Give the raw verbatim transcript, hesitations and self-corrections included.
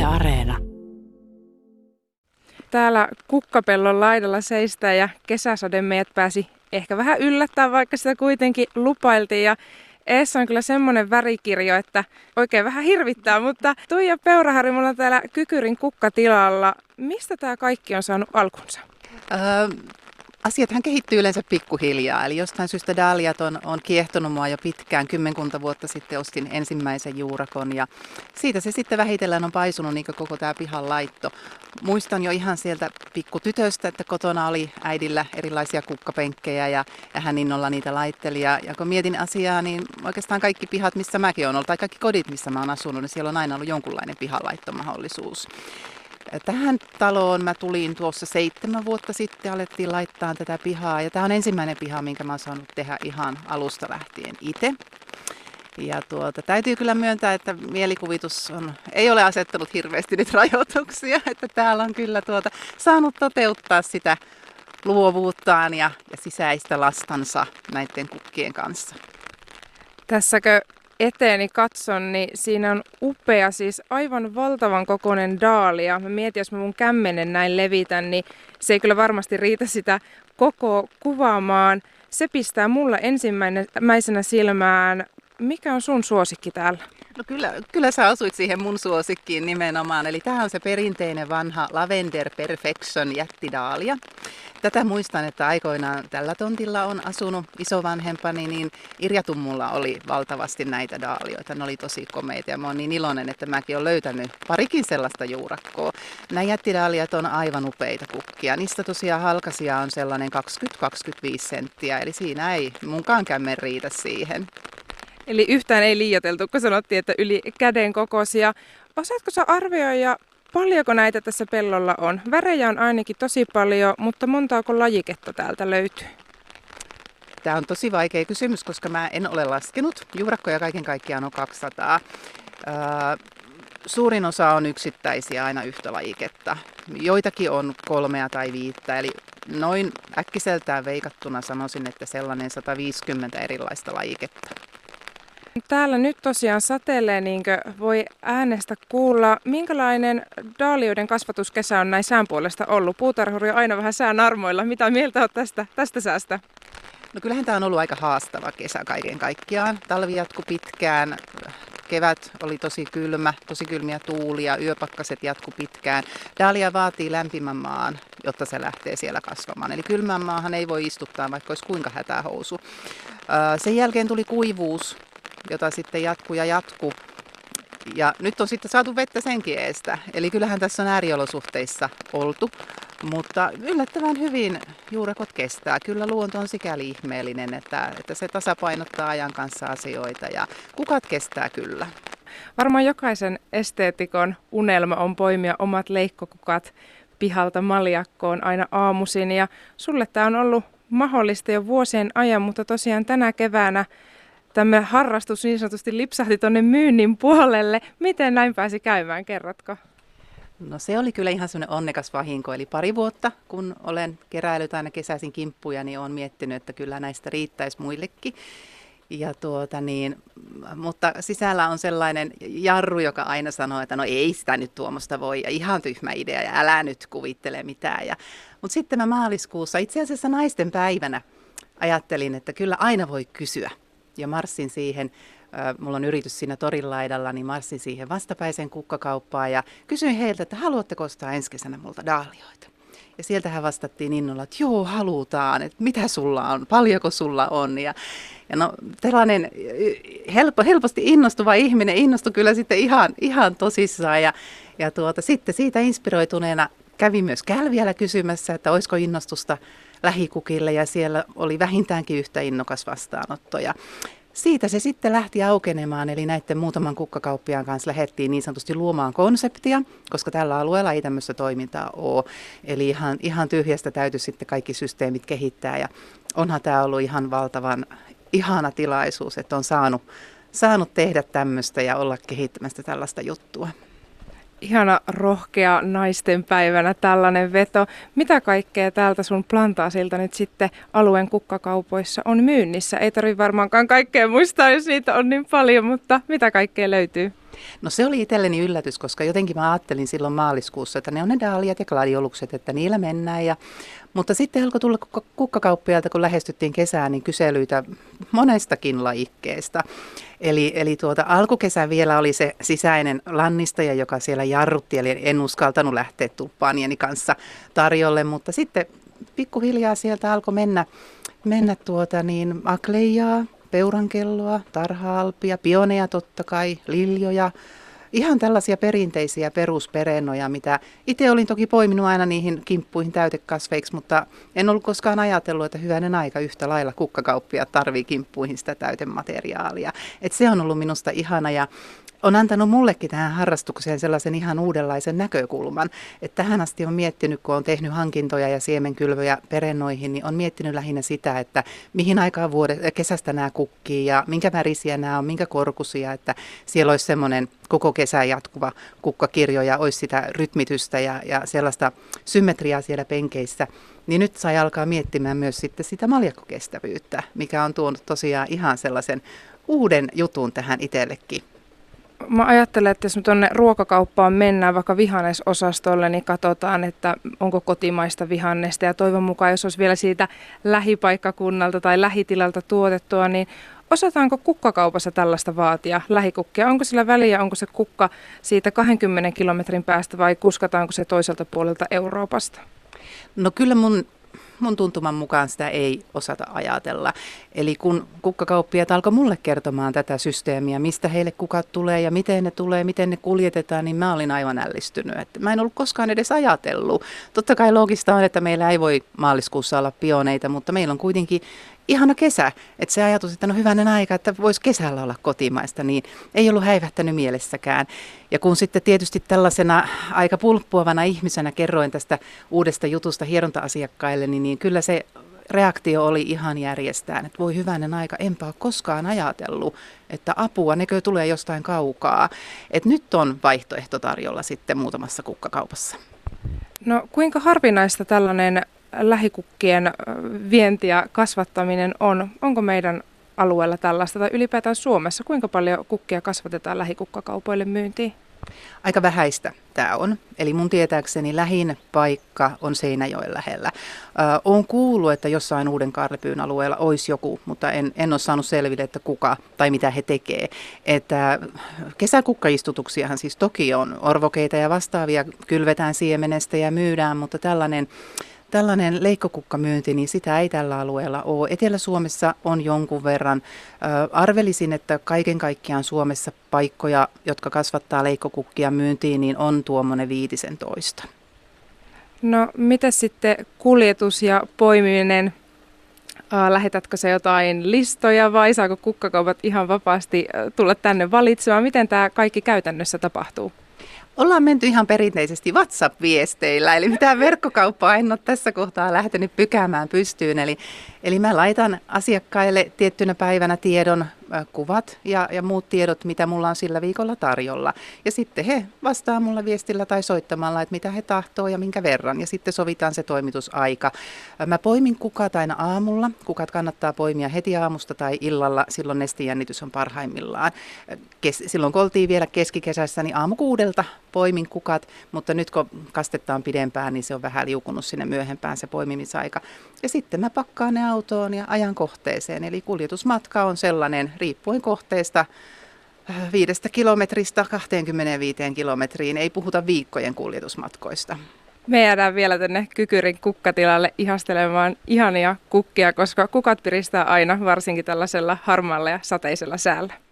Areena. Täällä kukkapellon laidalla seistää ja kesäsade meidät pääsi ehkä vähän yllättää, vaikka sitä kuitenkin lupailtiin. Ja eessä on kyllä semmoinen värikirjo, että oikein vähän hirvittää, mutta Tuija Peurahari, mulla on täällä Kykyrin kukkatilalla. Mistä tämä kaikki on saanut alkunsa? Öö, asiathan kehittyy yleensä pikkuhiljaa, eli jostain syystä dahliat on, on kiehtonut mua jo pitkään. Kymmenkunta vuotta sitten ostin ensimmäisen juurakon ja siitä se sitten vähitellen on paisunut niin kuin koko tämä pihan laitto. Muistan jo ihan sieltä pikkutytöstä, että kotona oli äidillä erilaisia kukkapenkkejä ja, ja hän innolla niitä laitteli. Ja, ja kun mietin asiaa, niin oikeastaan kaikki pihat, missä mäkin olen ollut, tai kaikki kodit, missä mä oon asunut, niin siellä on aina ollut jonkunlainen pihanlaittomahdollisuus. Tähän taloon mä tulin tuossa seitsemän vuotta sitten, alettiin laittaa tätä pihaa. Ja tämä on ensimmäinen piha, minkä mä oon saanut tehdä ihan alusta lähtien itse. Ja tuota, täytyy kyllä myöntää, että mielikuvitus on, ei ole asettanut hirveästi nyt rajoituksia, että täällä on kyllä tuota, saanut toteuttaa sitä luovuuttaan ja, ja sisäistä lastansa näiden kukkien kanssa. Tässäkö eteeni katson, niin siinä on upea, siis aivan valtavan kokoinen dahlia. Mä mietin, jos mä mun kämmenen näin levitän, niin se ei kyllä varmasti riitä sitä koko kuvaamaan. Se pistää mulla ensimmäisenä silmään. Mikä on sun suosikki täällä? No kyllä, kyllä sä osuit siihen mun suosikkiin nimenomaan. Eli tämä on se perinteinen vanha Lavender Perfection jättidahlia. Tätä muistan, että aikoinaan tällä tontilla on asunut isovanhempani, niin Irjatummulla oli valtavasti näitä dahlioita. Ne oli tosi komeita ja mä oon niin iloinen, että mäkin olen löytänyt parikin sellaista juurakkoa. Nämä jättidahliat on aivan upeita kukkia. Niistä tosiaan halkasia on sellainen kaksikymmentä kaksikymmentäviisi senttiä, eli siinä ei munkaan kämmen riitä siihen. Eli yhtään ei liioiteltu, kun sanottiin, että yli käden kokoisia. Osaatko sä arvioida, paljonko näitä tässä pellolla on? Värejä on ainakin tosi paljon, mutta montaako lajiketta täältä löytyy? Tämä on tosi vaikea kysymys, koska mä en ole laskenut. Juurakkoja kaiken kaikkiaan on kaksisataa. Öö, suurin osa on yksittäisiä, aina yhtä lajiketta. Joitakin on kolmea tai viittä, eli noin äkkiseltään veikattuna sanoisin, että sellainen sata viisikymmentä erilaista lajiketta. Täällä nyt tosiaan satelee, niin kuin voi äänestä kuulla. Minkälainen dahlioiden kasvatuskesä on näin sään puolesta ollut? Puutarhuri on aina vähän sään armoilla. Mitä mieltä olet tästä, tästä säästä? No kyllähän tämä on ollut aika haastava kesä kaiken kaikkiaan. Talvi jatkui pitkään. Kevät oli tosi kylmä, tosi kylmiä tuulia, yöpakkaset jatku pitkään. Dahlia vaatii lämpimän maan, jotta se lähtee siellä kasvamaan. Eli kylmän maahan ei voi istuttaa, vaikka olisi kuinka hätähousu. Sen jälkeen tuli kuivuus, jota sitten jatkuu ja jatkuu. Ja nyt on sitten saatu vettä senkin eestä. Eli kyllähän tässä on ääriolosuhteissa oltu, mutta yllättävän hyvin juurakot kestää. Kyllä luonto on sikäli ihmeellinen, että, että se tasapainottaa ajan kanssa asioita ja kukat kestää kyllä. Varmaan jokaisen esteetikon unelma on poimia omat leikkokukat pihalta maljakkoon aina aamuisin. Ja sulle tämä on ollut mahdollista jo vuosien ajan, mutta tosiaan tänä keväänä tämä harrastus niin sanotusti lipsahti tuonne myynnin puolelle. Miten näin pääsi käymään, kerrotko? No se oli kyllä ihan semmoinen onnekas vahinko. Eli pari vuotta, kun olen keräillyt aina kesäisin kimppuja, niin olen miettinyt, että kyllä näistä riittäisi muillekin. Ja tuota niin, mutta sisällä on sellainen jarru, joka aina sanoo, että no ei sitä nyt tuommoista voi ja ihan tyhmä idea ja älä nyt kuvittele mitään. Ja, mutta sitten mä maaliskuussa, itse asiassa naisten päivänä, ajattelin, että kyllä aina voi kysyä. Ja marssin siihen, mulla on yritys siinä torin laidalla, niin marssin siihen vastapäiseen kukkakauppaan ja kysyin heiltä, että haluatteko ostaa ensi kesänä multa dahlioita. Ja sieltähän vastattiin innolla, että joo, halutaan, että mitä sulla on, paljonko sulla on. Ja, ja no tällainen helpo, helposti innostuva ihminen innostui kyllä sitten ihan, ihan tosissaan. Ja, ja tuota, sitten siitä inspiroituneena kävin myös Kälviällä kysymässä, että olisiko innostusta lähikukille ja siellä oli vähintäänkin yhtä innokas vastaanotto. Ja siitä se sitten lähti aukenemaan, eli näiden muutaman kukkakauppiaan kanssa lähdettiin niin sanotusti luomaan konseptia, koska tällä alueella ei tämmöistä toimintaa ole. Eli ihan, ihan tyhjästä täytyy sitten kaikki systeemit kehittää ja onhan tämä ollut ihan valtavan ihana tilaisuus, että on saanut, saanut tehdä tämmöistä ja olla kehittämästä tällaista juttua. Ihana rohkea naisten päivänä tällainen veto. Mitä kaikkea täältä sun plantaasilta nyt sitten alueen kukkakaupoissa on myynnissä? Ei tarvitse varmaankaan kaikkea muistaa, jos niitä on niin paljon, mutta mitä kaikkea löytyy? No se oli itselleni yllätys, koska jotenkin mä ajattelin silloin maaliskuussa, että ne on ne daaliat ja gladiolukset, että niillä mennään. Ja, mutta sitten alkoi tulla kukkakauppiailta, kun lähestyttiin kesään, niin kyselyitä monestakin lajikkeesta. Eli, eli tuota, alkukesä vielä oli se sisäinen lannistaja, joka siellä jarrutti, eli en uskaltanut lähteä tulppaanieni kanssa tarjolle, mutta sitten pikkuhiljaa sieltä alkoi mennä, mennä tuota niin akleijaa, peurankelloa, tarha-alpia, pioneja totta kai, liljoja. Ihan tällaisia perinteisiä perusperennoja, mitä itse olin toki poiminut aina niihin kimppuihin täytekasveiksi, mutta en ollut koskaan ajatellut, että hyvänen aika yhtä lailla kukkakauppiaat tarvii kimppuihin sitä täytemateriaalia. Et se on ollut minusta ihana ja on antanut mullekin tähän harrastukseen sellaisen ihan uudenlaisen näkökulman, että tähän asti on miettinyt, kun on tehnyt hankintoja ja siemenkylvöjä perennoihin, niin on miettinyt lähinnä sitä, että mihin aikaan vuodesta, kesästä nämä kukkii ja minkä värisiä nämä on, minkä korkuisia, että siellä olisi semmoinen koko kesän jatkuva kukkakirjo ja olisi sitä rytmitystä ja, ja sellaista symmetriaa siellä penkeissä. Niin nyt sai alkaa miettimään myös sitten sitä maljakkokestävyyttä, mikä on tuonut tosiaan ihan sellaisen uuden jutun tähän itsellekin. Mä ajattelen, että jos me tuonne ruokakauppaan mennään vaikka vihannesosastolle, niin katsotaan, että onko kotimaista vihannesta. Ja toivon mukaan, jos olisi vielä siitä lähipaikkakunnalta tai lähitilalta tuotettua, niin osataanko kukkakaupassa tällaista vaatia lähikukkia? Onko sillä väliä, onko se kukka siitä kahdenkymmenen kilometrin päästä vai kuskataanko se toiselta puolelta Euroopasta? No kyllä mun... Mun tuntuman mukaan sitä ei osata ajatella. Eli kun kukkakauppiaat alkoi mulle kertomaan tätä systeemiä, mistä heille kukat tulee ja miten ne tulee, miten ne kuljetetaan, niin mä olin aivan ällistynyt. Että mä en ollut koskaan edes ajatellut. Totta kai loogista on, että meillä ei voi maaliskuussa olla pioneita, mutta meillä on kuitenkin ihana kesä. Että se ajatus, että no hyvänen aika, että voisi kesällä olla kotimaista, niin ei ollut häivähtänyt mielessäkään. Ja kun sitten tietysti tällaisena aika pulppuavana ihmisenä kerroin tästä uudesta jutusta hieronta-asiakkaille, niin, niin kyllä se reaktio oli ihan järjestään, että voi hyvänen aika, enpä ole koskaan ajatellut, että apua, nekö tulee jostain kaukaa. Että nyt on vaihtoehto tarjolla sitten muutamassa kukkakaupassa. No kuinka harvinaista tällainen lähikukkien vienti ja kasvattaminen on? Onko meidän alueella tällaista tai ylipäätään Suomessa? Kuinka paljon kukkia kasvatetaan lähikukkakaupoille myyntiin? Aika vähäistä tämä on. Eli mun tietääkseni lähin paikka on Seinäjoen lähellä. Ö, olen kuullut, että jossain Uuden Kaarlepyyn alueella olisi joku, mutta en, en ole saanut selville, että kuka tai mitä he tekee. Että kesäkukkaistutuksiahan siis toki on. Orvokeita ja vastaavia kylvetään siemenestä ja myydään, mutta tällainen Tällainen leikkokukkamyynti, niin sitä ei tällä alueella ole. Etelä-Suomessa on jonkun verran. Ö, arvelisin, että kaiken kaikkiaan Suomessa paikkoja, jotka kasvattaa leikkokukkia myyntiin, niin on tuommoinen viitisentoista. No, miten sitten kuljetus ja poimiminen? Äh, lähetätkö se jotain listoja vai saako kukkakaupat ihan vapaasti tulla tänne valitsemaan? Miten tämä kaikki käytännössä tapahtuu? Ollaan menty ihan perinteisesti WhatsApp-viesteillä, eli mitään verkkokauppaa en ole tässä kohtaa lähtenyt pykäämään pystyyn. Eli, eli mä laitan asiakkaille tiettynä päivänä tiedon, äh, kuvat ja, ja muut tiedot, mitä mulla on sillä viikolla tarjolla. Ja sitten he vastaa mulla viestillä tai soittamalla, että mitä he tahtoo ja minkä verran. Ja sitten sovitaan se toimitusaika. Äh, mä poimin kukat aina aamulla. Kukat kannattaa poimia heti aamusta tai illalla, silloin nestejännitys on parhaimmillaan. Kes, silloin kun oltiin vielä keskikesässä, niin aamu kuudelta poimin kukat, mutta nyt kun kastetaan pidempään, niin se on vähän liukunut sinne myöhempään se poimimisaika. Ja sitten mä pakkaan ne autoon ja ajan kohteeseen. Eli kuljetusmatka on sellainen, riippuen kohteesta, viidestä kilometristä kaksikymmentäviisi kilometriin. Ei puhuta viikkojen kuljetusmatkoista. Me jäädään vielä tänne Kykyrin kukkatilalle ihastelemaan ihania kukkia, koska kukat piristää aina, varsinkin tällaisella harmaalla ja sateisella säällä.